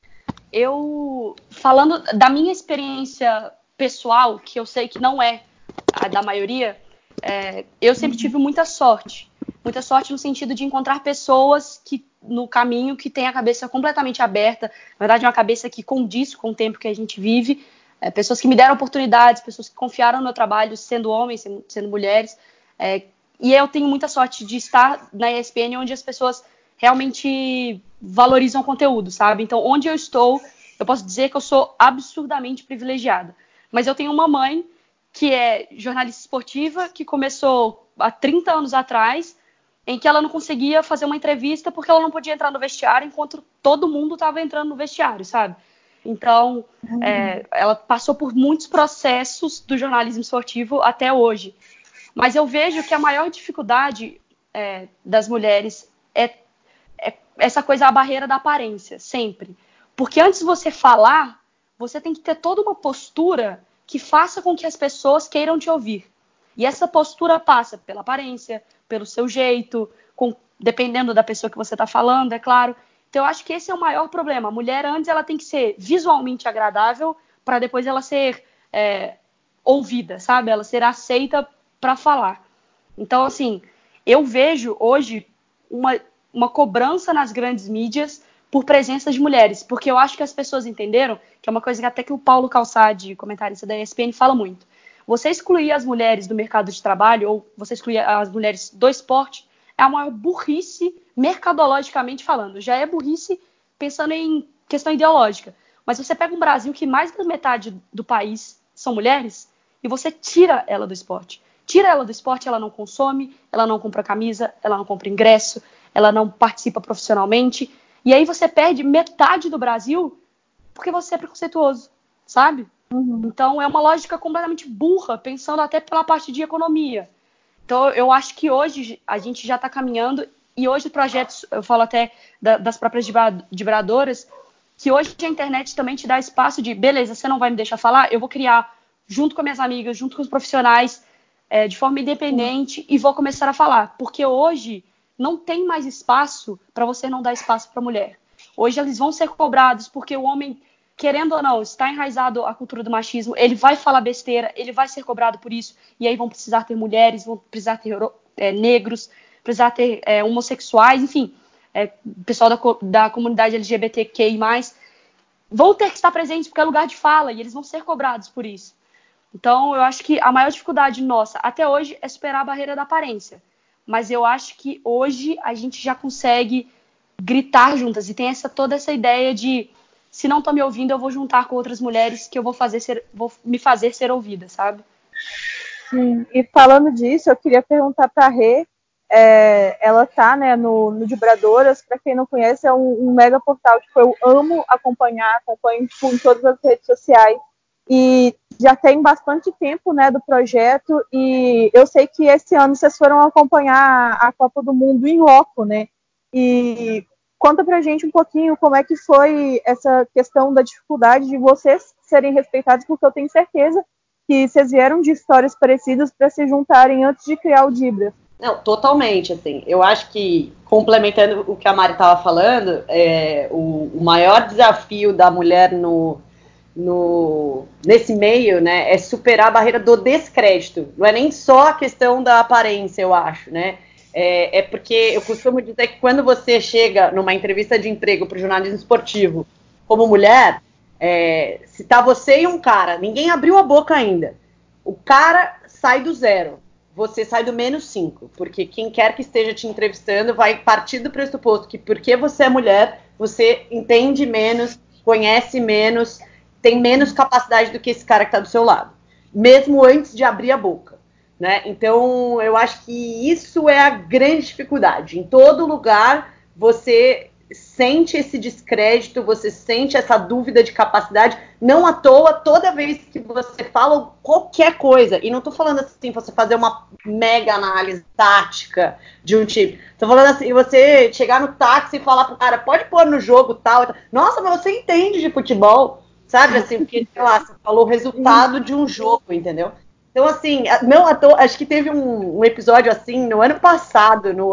[SPEAKER 4] Eu, falando da minha experiência pessoal, que eu sei que não é a da maioria, é, eu sempre tive muita sorte. Muita sorte no sentido de encontrar pessoas que, no caminho que têm a cabeça completamente aberta, na verdade, uma cabeça que condiz com o tempo que a gente vive, é, pessoas que me deram oportunidades, pessoas que confiaram no meu trabalho, sendo homens, sendo, sendo mulheres. É, e eu tenho muita sorte de estar na E S P N, onde as pessoas realmente valorizam o conteúdo, sabe? Então, onde eu estou, eu posso dizer que eu sou absurdamente privilegiada. Mas eu tenho uma mãe que é jornalista esportiva, que começou há trinta anos atrás, em que ela não conseguia fazer uma entrevista porque ela não podia entrar no vestiário enquanto todo mundo estava entrando no vestiário, sabe? Então, uhum. é, ela passou por muitos processos do jornalismo esportivo até hoje. Mas eu vejo que a maior dificuldade é, das mulheres é É essa coisa, a barreira da aparência, sempre. Porque antes de você falar, você tem que ter toda uma postura que faça com que as pessoas queiram te ouvir. E essa postura passa pela aparência, pelo seu jeito, com, dependendo da pessoa que você está falando, é claro. Então, eu acho que esse é o maior problema. A mulher, antes, ela tem que ser visualmente agradável para depois ela ser é, ouvida, sabe? Ela ser aceita para falar. Então, assim, eu vejo hoje uma... uma cobrança nas grandes mídias por presença de mulheres, porque eu acho que as pessoas entenderam, que é uma coisa que até que o Paulo Calçade, comentarista da E S P N, fala muito. Você excluir as mulheres do mercado de trabalho, ou você excluir as mulheres do esporte, é a maior burrice, mercadologicamente falando. Já é burrice pensando em questão ideológica. Mas você pega um Brasil que mais da metade do país são mulheres, e você tira ela do esporte. Tira ela do esporte, ela não consome, ela não compra camisa, ela não compra ingresso, ela não participa profissionalmente, e aí você perde metade do Brasil porque você é preconceituoso, sabe? Uhum. Então é uma lógica completamente burra, pensando até pela parte de economia. Então eu acho que hoje a gente já está caminhando, e hoje projetos, eu falo até da, das próprias vibradoras, que hoje a internet também te dá espaço de, beleza, você não vai me deixar falar, eu vou criar, junto com minhas amigas, junto com os profissionais, é, de forma independente, uhum. e vou começar a falar. Porque hoje não tem mais espaço para você não dar espaço para a mulher. Hoje eles vão ser cobrados porque o homem, querendo ou não, está enraizado a cultura do machismo, ele vai falar besteira, ele vai ser cobrado por isso, e aí vão precisar ter mulheres, vão precisar ter é, negros, precisar ter é, homossexuais, enfim, é, pessoal da, da comunidade L G B T Q I mais, vão ter que estar presentes porque é lugar de fala, e eles vão ser cobrados por isso. Então, eu acho que a maior dificuldade nossa, até hoje, é superar a barreira da aparência. Mas eu acho que hoje a gente já consegue gritar juntas. E tem essa, toda essa ideia de, se não estão me ouvindo, eu vou juntar com outras mulheres que eu vou, fazer ser, vou me fazer ser ouvida, sabe?
[SPEAKER 2] Sim, e falando disso, eu queria perguntar para a Rê, é, ela tá, né, no, no Vibradoras, para quem não conhece, é um, um mega portal que eu amo acompanhar, acompanho tipo, em todas as redes sociais. E já tem bastante tempo, né, do projeto, e eu sei que esse ano vocês foram acompanhar a Copa do Mundo em loco, né? E conta pra gente um pouquinho como é que foi essa questão da dificuldade de vocês serem respeitados, porque eu tenho certeza que vocês vieram de histórias parecidas para se juntarem antes de criar o Dibra.
[SPEAKER 3] Não, totalmente, assim, eu acho que, complementando o que a Mari estava falando, é, o, o maior desafio da mulher no, no, nesse meio, né, é superar a barreira do descrédito, não é nem só a questão da aparência, eu acho, né, é, é porque eu costumo dizer que quando você chega numa entrevista de emprego para o jornalismo esportivo como mulher, é, se tá você e um cara, ninguém abriu a boca ainda, o cara sai do zero, você sai do menos cinco, porque quem quer que esteja te entrevistando vai partir do pressuposto que porque você é mulher, você entende menos, conhece menos, tem menos capacidade do que esse cara que está do seu lado, mesmo antes de abrir a boca, né? Então, eu acho que isso é a grande dificuldade. Em todo lugar, você sente esse descrédito, você sente essa dúvida de capacidade, não à toa, toda vez que você fala qualquer coisa, e não tô falando assim, você fazer uma mega análise tática de um time, tô falando assim, você chegar no táxi e falar pro cara, pode pôr no jogo tal, tal. Nossa, mas você entende de futebol, sabe, assim, porque, sei lá, você falou o resultado de um jogo, entendeu? Então, assim, não à toa, acho que teve um, um episódio assim no ano passado, no,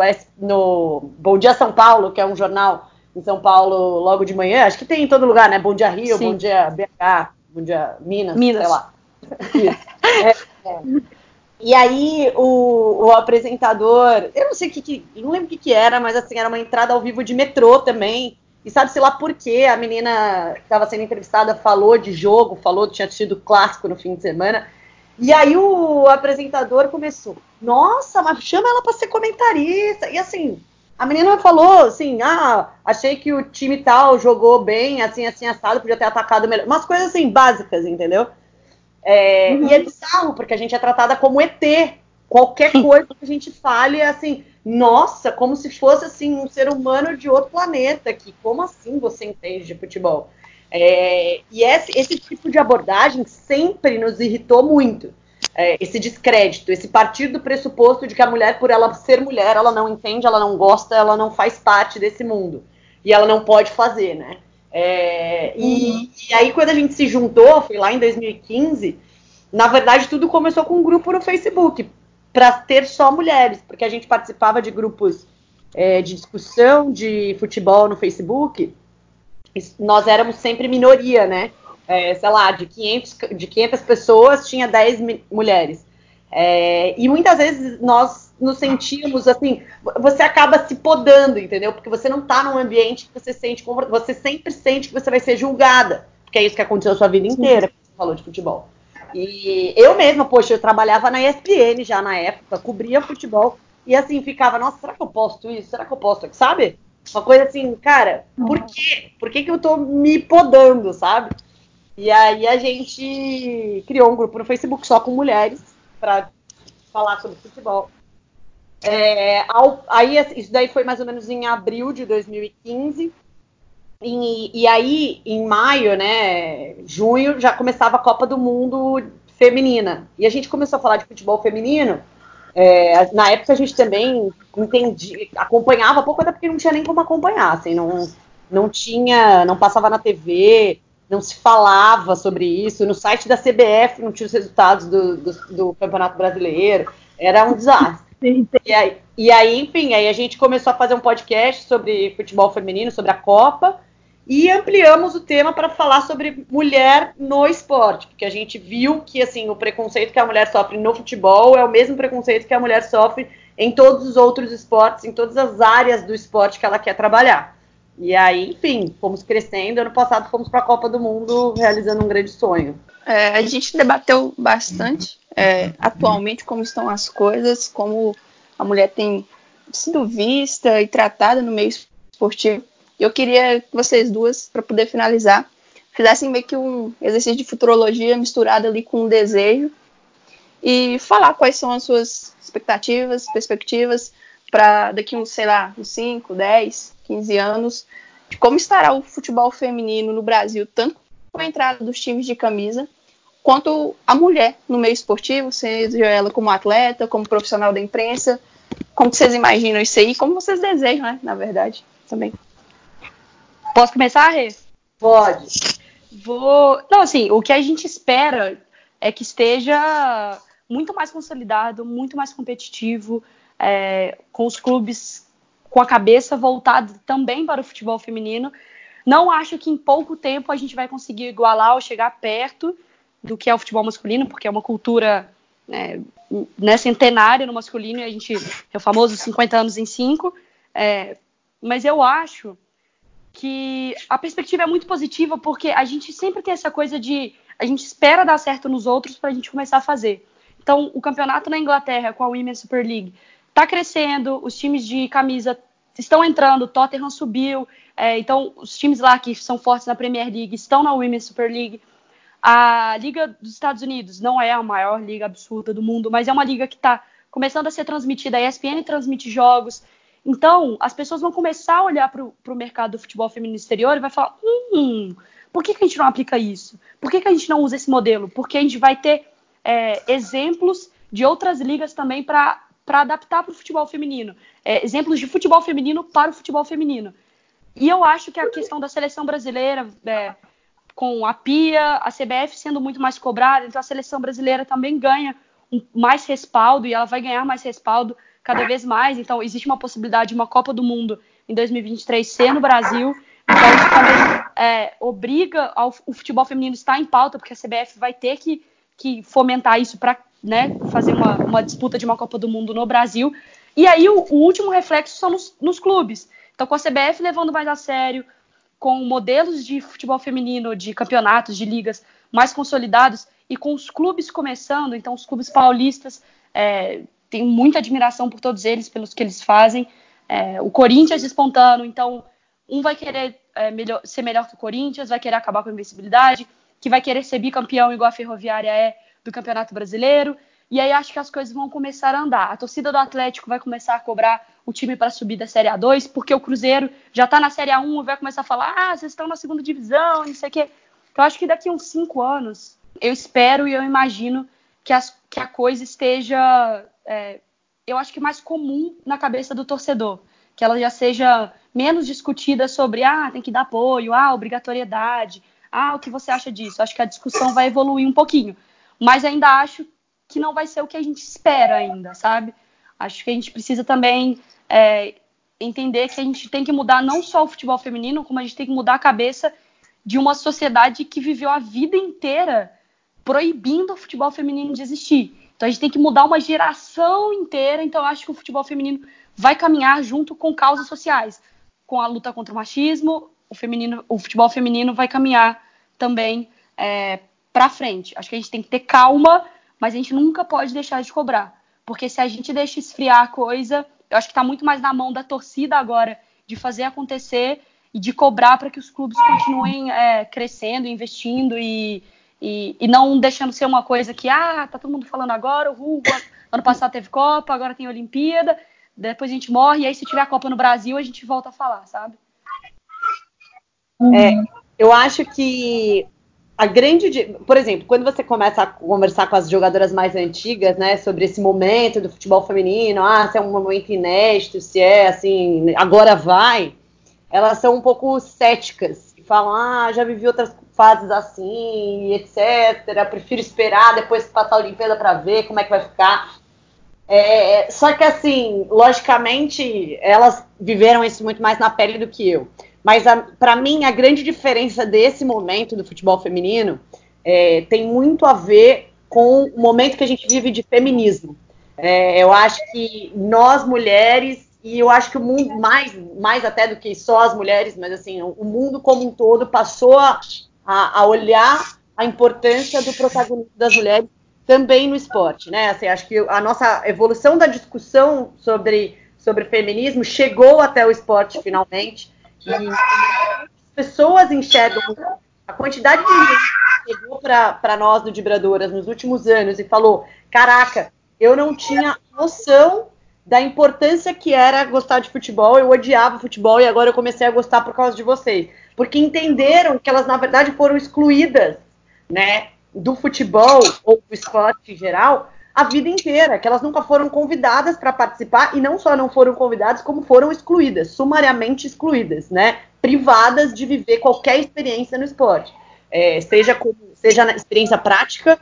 [SPEAKER 3] no Bom Dia São Paulo, que é um jornal em São Paulo logo de manhã, acho que tem em todo lugar, né? Bom Dia Rio, Sim. Bom Dia B H, Bom Dia Minas,
[SPEAKER 4] Minas.
[SPEAKER 3] sei lá. é, é. E aí o, o apresentador, eu não sei o que, que não lembro o que, que era, mas assim, era uma entrada ao vivo de metrô também. E sabe-se lá por quê? A menina que estava sendo entrevistada falou de jogo, falou que tinha assistido clássico no fim de semana. E aí o apresentador começou, nossa, mas chama ela para ser comentarista. E assim, a menina falou assim, ah, achei que o time tal jogou bem, assim, assim, assado, podia ter atacado melhor. Umas coisas assim, básicas, entendeu? É, uhum. E é bizarro, porque a gente é tratada como E T. Qualquer coisa que a gente fale é assim, nossa, como se fosse assim, um ser humano de outro planeta. Que, como assim você entende de futebol? É, e esse, esse tipo de abordagem sempre nos irritou muito. É, esse descrédito, esse partir do pressuposto de que a mulher, por ela ser mulher, ela não entende, ela não gosta, ela não faz parte desse mundo. E ela não pode fazer, né? É, e, uhum. e aí, quando a gente se juntou, foi lá em dois mil e quinze, na verdade, tudo começou com um grupo no Facebook, para ter só mulheres, porque a gente participava de grupos é, de discussão de futebol no Facebook. Nós éramos sempre minoria, né? É, sei lá, de quinhentas, de quinhentas pessoas, tinha dez mulheres. É, e muitas vezes nós nos sentimos assim, você acaba se podando, entendeu? Porque você não tá num ambiente que você sente confortável, você sempre sente que você vai ser julgada, porque é isso que aconteceu a sua vida inteira, que você falou de futebol. E eu mesma, poxa, eu trabalhava na E S P N já na época, cobria futebol, e assim, ficava, nossa, será que eu posto isso? Será que eu posto? Sabe? Uma coisa assim, cara, por quê? Por que que eu tô me podando, sabe? E aí a gente criou um grupo no Facebook só com mulheres para falar sobre futebol. É, ao, aí isso daí foi mais ou menos em abril de dois mil e quinze. E, e aí, em maio, né, junho, já começava a Copa do Mundo feminina. E a gente começou a falar de futebol feminino. É, na época a gente também entendia, acompanhava pouco, até porque não tinha nem como acompanhar, assim, não, não tinha, não passava na T V, não se falava sobre isso, no site da C B F não tinha os resultados do, do, do Campeonato Brasileiro, era um desastre. E aí, e aí, enfim, aí a gente começou a fazer um podcast sobre futebol feminino, sobre a Copa, e ampliamos o tema para falar sobre mulher no esporte, porque a gente viu que assim, o preconceito que a mulher sofre no futebol é o mesmo preconceito que a mulher sofre em todos os outros esportes, em todas as áreas do esporte que ela quer trabalhar. E aí, enfim, fomos crescendo. Ano passado fomos para a Copa do Mundo realizando um grande sonho.
[SPEAKER 5] É, a gente debateu bastante é, atualmente como estão as coisas, como a mulher tem sido vista e tratada no meio esportivo. Eu queria que vocês duas, para poder finalizar, fizessem meio que um exercício de futurologia misturado ali com um desejo e falar quais são as suas expectativas, perspectivas para daqui uns, sei lá, uns cinco, dez, quinze anos, de como estará o futebol feminino no Brasil, tanto com a entrada dos times de camisa, quanto a mulher no meio esportivo, seja ela como atleta, como profissional da imprensa, como vocês imaginam isso aí, como vocês desejam, né, na verdade, também.
[SPEAKER 4] Posso começar, Rê?
[SPEAKER 3] Pode.
[SPEAKER 4] Vou... Não, assim, o que a gente espera é que esteja muito mais consolidado, muito mais competitivo, é, com os clubes com a cabeça voltada também para o futebol feminino. Não acho que em pouco tempo a gente vai conseguir igualar ou chegar perto do que é o futebol masculino, porque é uma cultura, né, né, centenária no masculino, e a gente é o famoso cinquenta anos em cinco, é, mas eu acho que a perspectiva é muito positiva, porque a gente sempre tem essa coisa de a gente espera dar certo nos outros para a gente começar a fazer. Então, o campeonato na Inglaterra com a Women's Super League está crescendo, os times de camisa estão entrando, o Tottenham subiu, é, então os times lá que são fortes na Premier League estão na Women's Super League. A Liga dos Estados Unidos não é a maior liga absurda do mundo, mas é uma liga que está começando a ser transmitida, a E S P N transmite jogos. Então, as pessoas vão começar a olhar para o mercado do futebol feminino exterior e vai falar, hum, por que, que a gente não aplica isso? Por que, que a gente não usa esse modelo? Porque a gente vai ter é, exemplos de outras ligas também para adaptar para o futebol feminino. É, exemplos de futebol feminino para o futebol feminino. E eu acho que a questão da seleção brasileira, é, com a P I A, a C B F sendo muito mais cobrada, então a seleção brasileira também ganha um, mais respaldo, e ela vai ganhar mais respaldo cada vez mais. Então existe uma possibilidade de uma Copa do Mundo em dois mil e vinte e três ser no Brasil. Então isso também é, obriga ao, o futebol feminino estar em pauta, porque a C B F vai ter que, que fomentar isso para, né, fazer uma, uma disputa de uma Copa do Mundo no Brasil. E aí o, o último reflexo são nos, nos clubes. Então com a C B F levando mais a sério, com modelos de futebol feminino, de campeonatos, de ligas mais consolidados, e com os clubes começando, então os clubes paulistas, é, tenho muita admiração por todos eles, pelos que eles fazem, é, o Corinthians despontando, então um vai querer é, melhor, ser melhor que o Corinthians, vai querer acabar com a invencibilidade, que vai querer ser bicampeão igual a Ferroviária é do Campeonato Brasileiro, e aí acho que as coisas vão começar a andar. A torcida do Atlético vai começar a cobrar o time para subir da Série A dois, porque o Cruzeiro já está na Série A um e vai começar a falar, ah, vocês estão na segunda divisão, não sei o quê. Então, acho que daqui a uns cinco anos, eu espero e eu imagino que, as, que a coisa esteja, é, eu acho que mais comum na cabeça do torcedor, que ela já seja menos discutida sobre, ah, tem que dar apoio, ah, obrigatoriedade, ah, o que você acha disso? Acho que a discussão vai evoluir um pouquinho, mas ainda acho que não vai ser o que a gente espera ainda, sabe? Acho que a gente precisa também é, entender que a gente tem que mudar não só o futebol feminino, como a gente tem que mudar a cabeça de uma sociedade que viveu a vida inteira proibindo o futebol feminino de existir. Então a gente tem que mudar uma geração inteira. Então eu acho que o futebol feminino vai caminhar junto com causas sociais, com a luta contra o machismo. O, feminino, o futebol feminino vai caminhar também é, para frente. Acho que a gente tem que ter calma, mas a gente nunca pode deixar de cobrar. Porque se a gente deixa esfriar a coisa, eu acho que está muito mais na mão da torcida agora de fazer acontecer e de cobrar para que os clubes continuem é, crescendo, investindo e, e, e não deixando ser uma coisa que, ah, tá todo mundo falando agora, o ano passado teve Copa, agora tem Olimpíada, depois a gente morre, e aí se tiver a Copa no Brasil, a gente volta a falar, sabe?
[SPEAKER 3] É, eu acho que a grande... Por exemplo, quando você começa a conversar com as jogadoras mais antigas, né, sobre esse momento do futebol feminino, ah, se é um momento inédito, se é assim, agora vai, elas são um pouco céticas e falam, ah, já vivi outras fases assim, etcétera, prefiro esperar depois passar a Olimpíada para ver como é que vai ficar. É, só que assim, logicamente, elas viveram isso muito mais na pele do que eu. Mas, para mim, a grande diferença desse momento do futebol feminino é, tem muito a ver com o momento que a gente vive de feminismo. É, eu acho que nós, mulheres, e eu acho que o mundo, mais, mais até do que só as mulheres, mas assim, o mundo como um todo passou a, a olhar a importância do protagonismo das mulheres também no esporte, né? Assim, acho que a nossa evolução da discussão sobre, sobre feminismo chegou até o esporte finalmente. E as pessoas enxergam a quantidade de gente que chegou para nós do Vibradoras nos últimos anos e falou, caraca, eu não tinha noção da importância que era gostar de futebol, eu odiava futebol e agora eu comecei a gostar por causa de vocês. Porque entenderam que elas, na verdade, foram excluídas, né, do futebol ou do esporte em geral a vida inteira, que elas nunca foram convidadas para participar, e não só não foram convidadas, como foram excluídas, sumariamente excluídas, né? Privadas de viver qualquer experiência no esporte. É, seja, como, seja na experiência prática,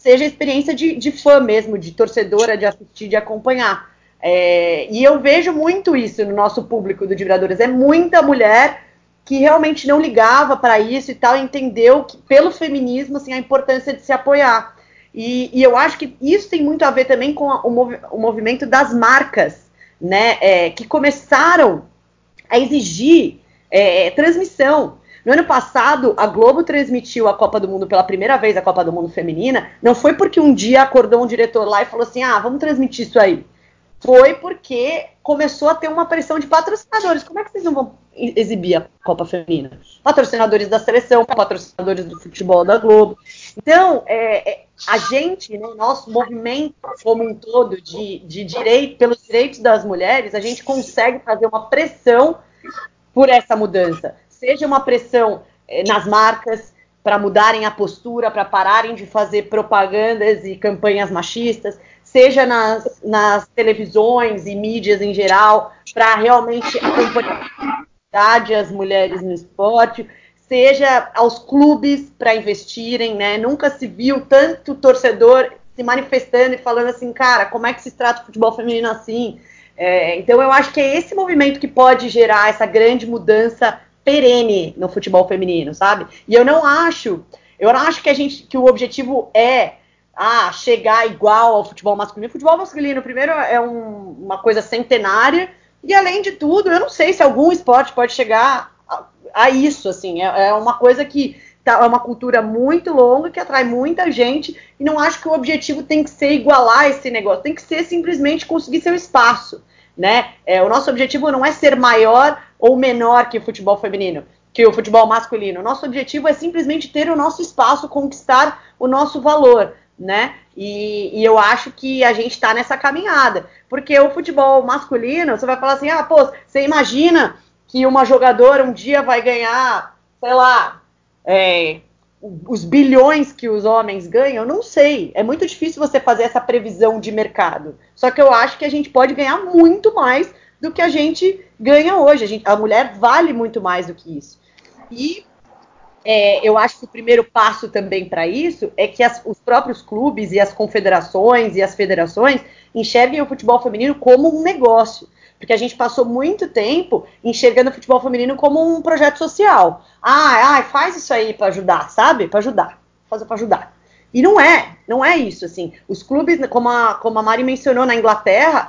[SPEAKER 3] seja a experiência de, de fã mesmo, de torcedora, de assistir, de acompanhar. É, e eu vejo muito isso no nosso público do Vibradoras. É muita mulher que realmente não ligava para isso e tal, entendeu que, pelo feminismo, assim, a importância de se apoiar. E, e eu acho que isso tem muito a ver também com a, o, movi o movimento das marcas, né, é, que começaram a exigir é, transmissão. No ano passado, a Globo transmitiu a Copa do Mundo pela primeira vez, a Copa do Mundo feminina, não foi porque um dia acordou um diretor lá e falou assim, ah, vamos transmitir isso aí. Foi porque começou a ter uma pressão de patrocinadores. Como é que vocês não vão exibir a Copa Feminina? Patrocinadores da seleção, patrocinadores do futebol da Globo. Então, é, é, a gente, né, nosso movimento como um todo de, de direito, pelos direitos das mulheres, a gente consegue fazer uma pressão por essa mudança. Seja uma pressão é, nas marcas, para mudarem a postura, para pararem de fazer propagandas e campanhas machistas, seja nas, nas televisões e mídias em geral, para realmente acompanhar as mulheres no esporte, seja aos clubes para investirem, né? Nunca se viu tanto torcedor se manifestando e falando assim, cara, como é que se trata o futebol feminino assim? É, então eu acho que é esse movimento que pode gerar essa grande mudança perene no futebol feminino, sabe? E eu não acho, eu não acho que a gente, que o objetivo é ah, chegar igual ao futebol masculino. O futebol masculino, primeiro, é um, uma coisa centenária, e além de tudo, eu não sei se algum esporte pode chegar a, a isso, assim, é, é uma coisa que tá, é uma cultura muito longa, que atrai muita gente, e não acho que o objetivo tem que ser igualar esse negócio, tem que ser simplesmente conseguir seu espaço, né? É, o nosso objetivo não é ser maior ou menor que o futebol feminino, que o futebol masculino. O nosso objetivo é simplesmente ter o nosso espaço, conquistar o nosso valor, né? E, e eu acho que a gente está nessa caminhada, porque o futebol masculino, você vai falar assim, ah, pô, você imagina que uma jogadora um dia vai ganhar, sei lá, é, os bilhões que os homens ganham? Eu não sei, é muito difícil você fazer essa previsão de mercado, só que eu acho que a gente pode ganhar muito mais do que a gente ganha hoje, a, gente, a mulher vale muito mais do que isso. E É, eu acho que o primeiro passo também para isso é que as, os próprios clubes e as confederações e as federações enxerguem o futebol feminino como um negócio. Porque a gente passou muito tempo enxergando o futebol feminino como um projeto social. Ah, ah faz isso aí para ajudar, sabe? Para ajudar. Faz para ajudar. E não é, não é isso, assim. Os clubes, como a, como a Mari mencionou, na Inglaterra,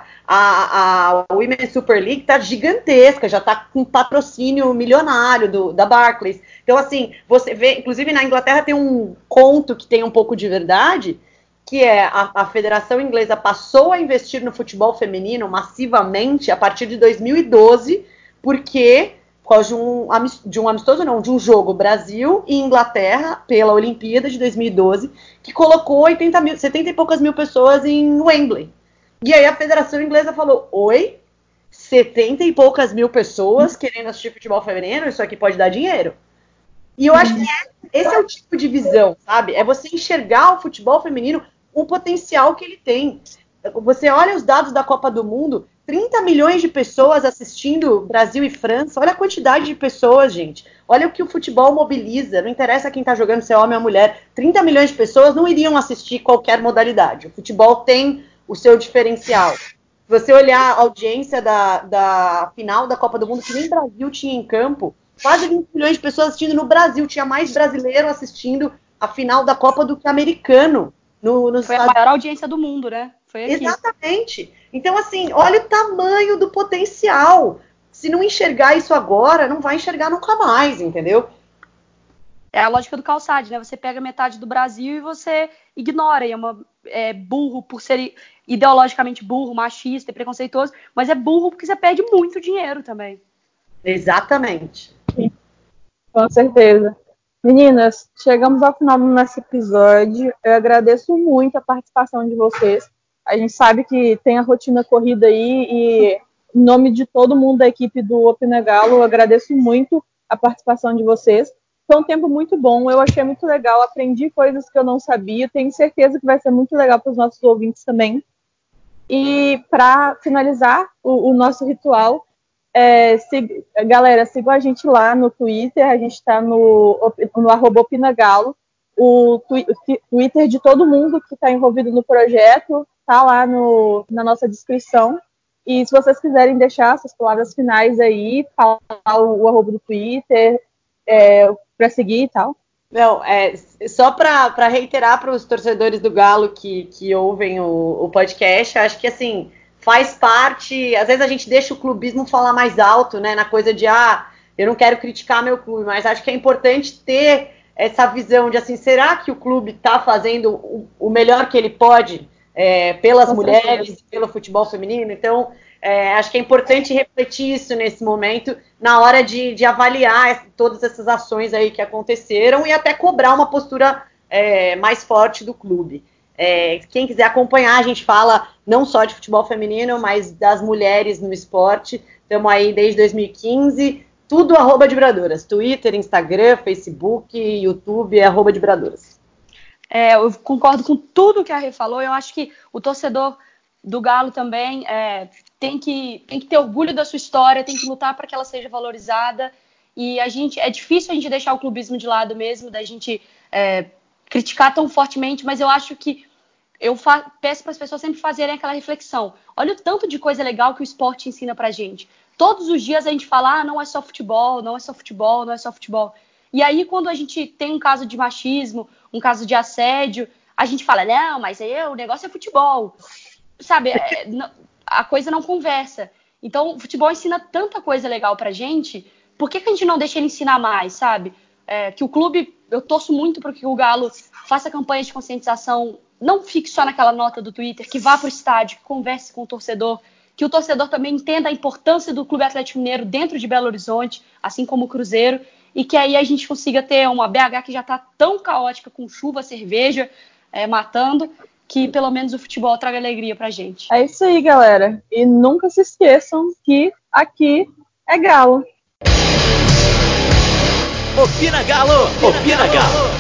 [SPEAKER 3] a, a Women's Super League tá gigantesca, já tá com patrocínio milionário do, da Barclays. Então, assim, você vê, inclusive na Inglaterra tem um conto que tem um pouco de verdade, que é a, a Federação Inglesa passou a investir no futebol feminino massivamente a partir de dois mil e doze, porque... por causa de um, de um amistoso, não, de um jogo Brasil e Inglaterra pela Olimpíada de dois mil e doze, que colocou oitenta mil, setenta e poucas mil pessoas em Wembley. E aí a Federação Inglesa falou, oi, setenta e poucas mil pessoas querendo assistir futebol feminino, isso aqui pode dar dinheiro. E eu acho que esse é o tipo de visão, sabe? É você enxergar o futebol feminino, o potencial que ele tem. Você olha os dados da Copa do Mundo, trinta milhões de pessoas assistindo Brasil e França. Olha a quantidade de pessoas, gente. Olha o que o futebol mobiliza. Não interessa quem está jogando, se é homem ou mulher. trinta milhões de pessoas não iriam assistir qualquer modalidade. O futebol tem o seu diferencial. Se você olhar a audiência da, da final da Copa do Mundo, que nem Brasil tinha em campo, quase vinte milhões de pessoas assistindo no Brasil. Tinha mais brasileiro assistindo a final da Copa do que americano. No, no
[SPEAKER 4] Foi a maior audiência do mundo, né? Foi aqui.
[SPEAKER 3] Exatamente. Então, assim, olha o tamanho do potencial. Se não enxergar isso agora, não vai enxergar nunca mais, entendeu?
[SPEAKER 4] É a lógica do Calçade, né? Você pega metade do Brasil e você ignora. E é, uma, é burro por ser ideologicamente burro, machista e preconceituoso, mas é burro porque você perde muito dinheiro também.
[SPEAKER 3] Exatamente.
[SPEAKER 2] Sim, com certeza. Meninas, chegamos ao final do nosso episódio. Eu agradeço muito a participação de vocês. A gente sabe que tem a rotina corrida aí e, em nome de todo mundo da equipe do Opina Galo, eu agradeço muito a participação de vocês. Foi um tempo muito bom, eu achei muito legal, aprendi coisas que eu não sabia, tenho certeza que vai ser muito legal para os nossos ouvintes também. E, para finalizar o, o nosso ritual, É, sig- galera, sigam a gente lá no Twitter, a gente está no, no arroba Opinagalo. O, twi- o Twitter de todo mundo que está envolvido no projeto está lá no, na nossa descrição. E se vocês quiserem deixar suas palavras finais aí, falar o, o arroba do Twitter, é, para seguir e tal.
[SPEAKER 3] Não, é, só para reiterar para os torcedores do Galo que, que ouvem o, o podcast, acho que assim, faz parte, às vezes a gente deixa o clubismo falar mais alto, né, na coisa de, ah, eu não quero criticar meu clube, mas acho que é importante ter essa visão de, assim, será que o clube está fazendo o, o melhor que ele pode é, pelas
[SPEAKER 2] Com
[SPEAKER 3] mulheres,
[SPEAKER 2] certeza.
[SPEAKER 3] pelo futebol feminino? Então, é, acho que é importante refletir isso nesse momento, na hora de, de avaliar todas essas ações aí que aconteceram e até cobrar uma postura é, mais forte do clube. É, quem quiser acompanhar, a gente fala não só de futebol feminino, mas das mulheres no esporte. Estamos aí desde dois mil e quinze, tudo arroba de Bradoras. Twitter, Instagram, Facebook, YouTube, é arroba de Bradoras.
[SPEAKER 4] É, eu concordo com tudo que a Rê falou. Eu acho que o torcedor do Galo também é, tem, que, tem que ter orgulho da sua história, tem que lutar para que ela seja valorizada. E a gente, é difícil a gente deixar o clubismo de lado mesmo, da gente é, criticar tão fortemente, mas eu acho que eu fa- peço para as pessoas sempre fazerem aquela reflexão. Olha o tanto de coisa legal que o esporte ensina pra gente. Todos os dias a gente fala, ah, não é só futebol, não é só futebol, não é só futebol. E aí, quando a gente tem um caso de machismo, um caso de assédio, a gente fala, não, mas aí o negócio é futebol. Sabe, é, não- a coisa não conversa. Então, o futebol ensina tanta coisa legal pra gente, por que, que a gente não deixa ele ensinar mais, sabe? É, que o clube, eu torço muito para que o Galo faça campanhas de conscientização, não fique só naquela nota do Twitter, que vá pro estádio, que converse com o torcedor, que o torcedor também entenda a importância do Clube Atlético Mineiro dentro de Belo Horizonte, assim como o Cruzeiro, e que aí a gente consiga ter uma B H que já está tão caótica, com chuva, cerveja, é, matando, que pelo menos o futebol traga alegria pra gente.
[SPEAKER 2] É isso aí, galera. E nunca se esqueçam que aqui é Galo.
[SPEAKER 1] Opina Galo! Opina Galo!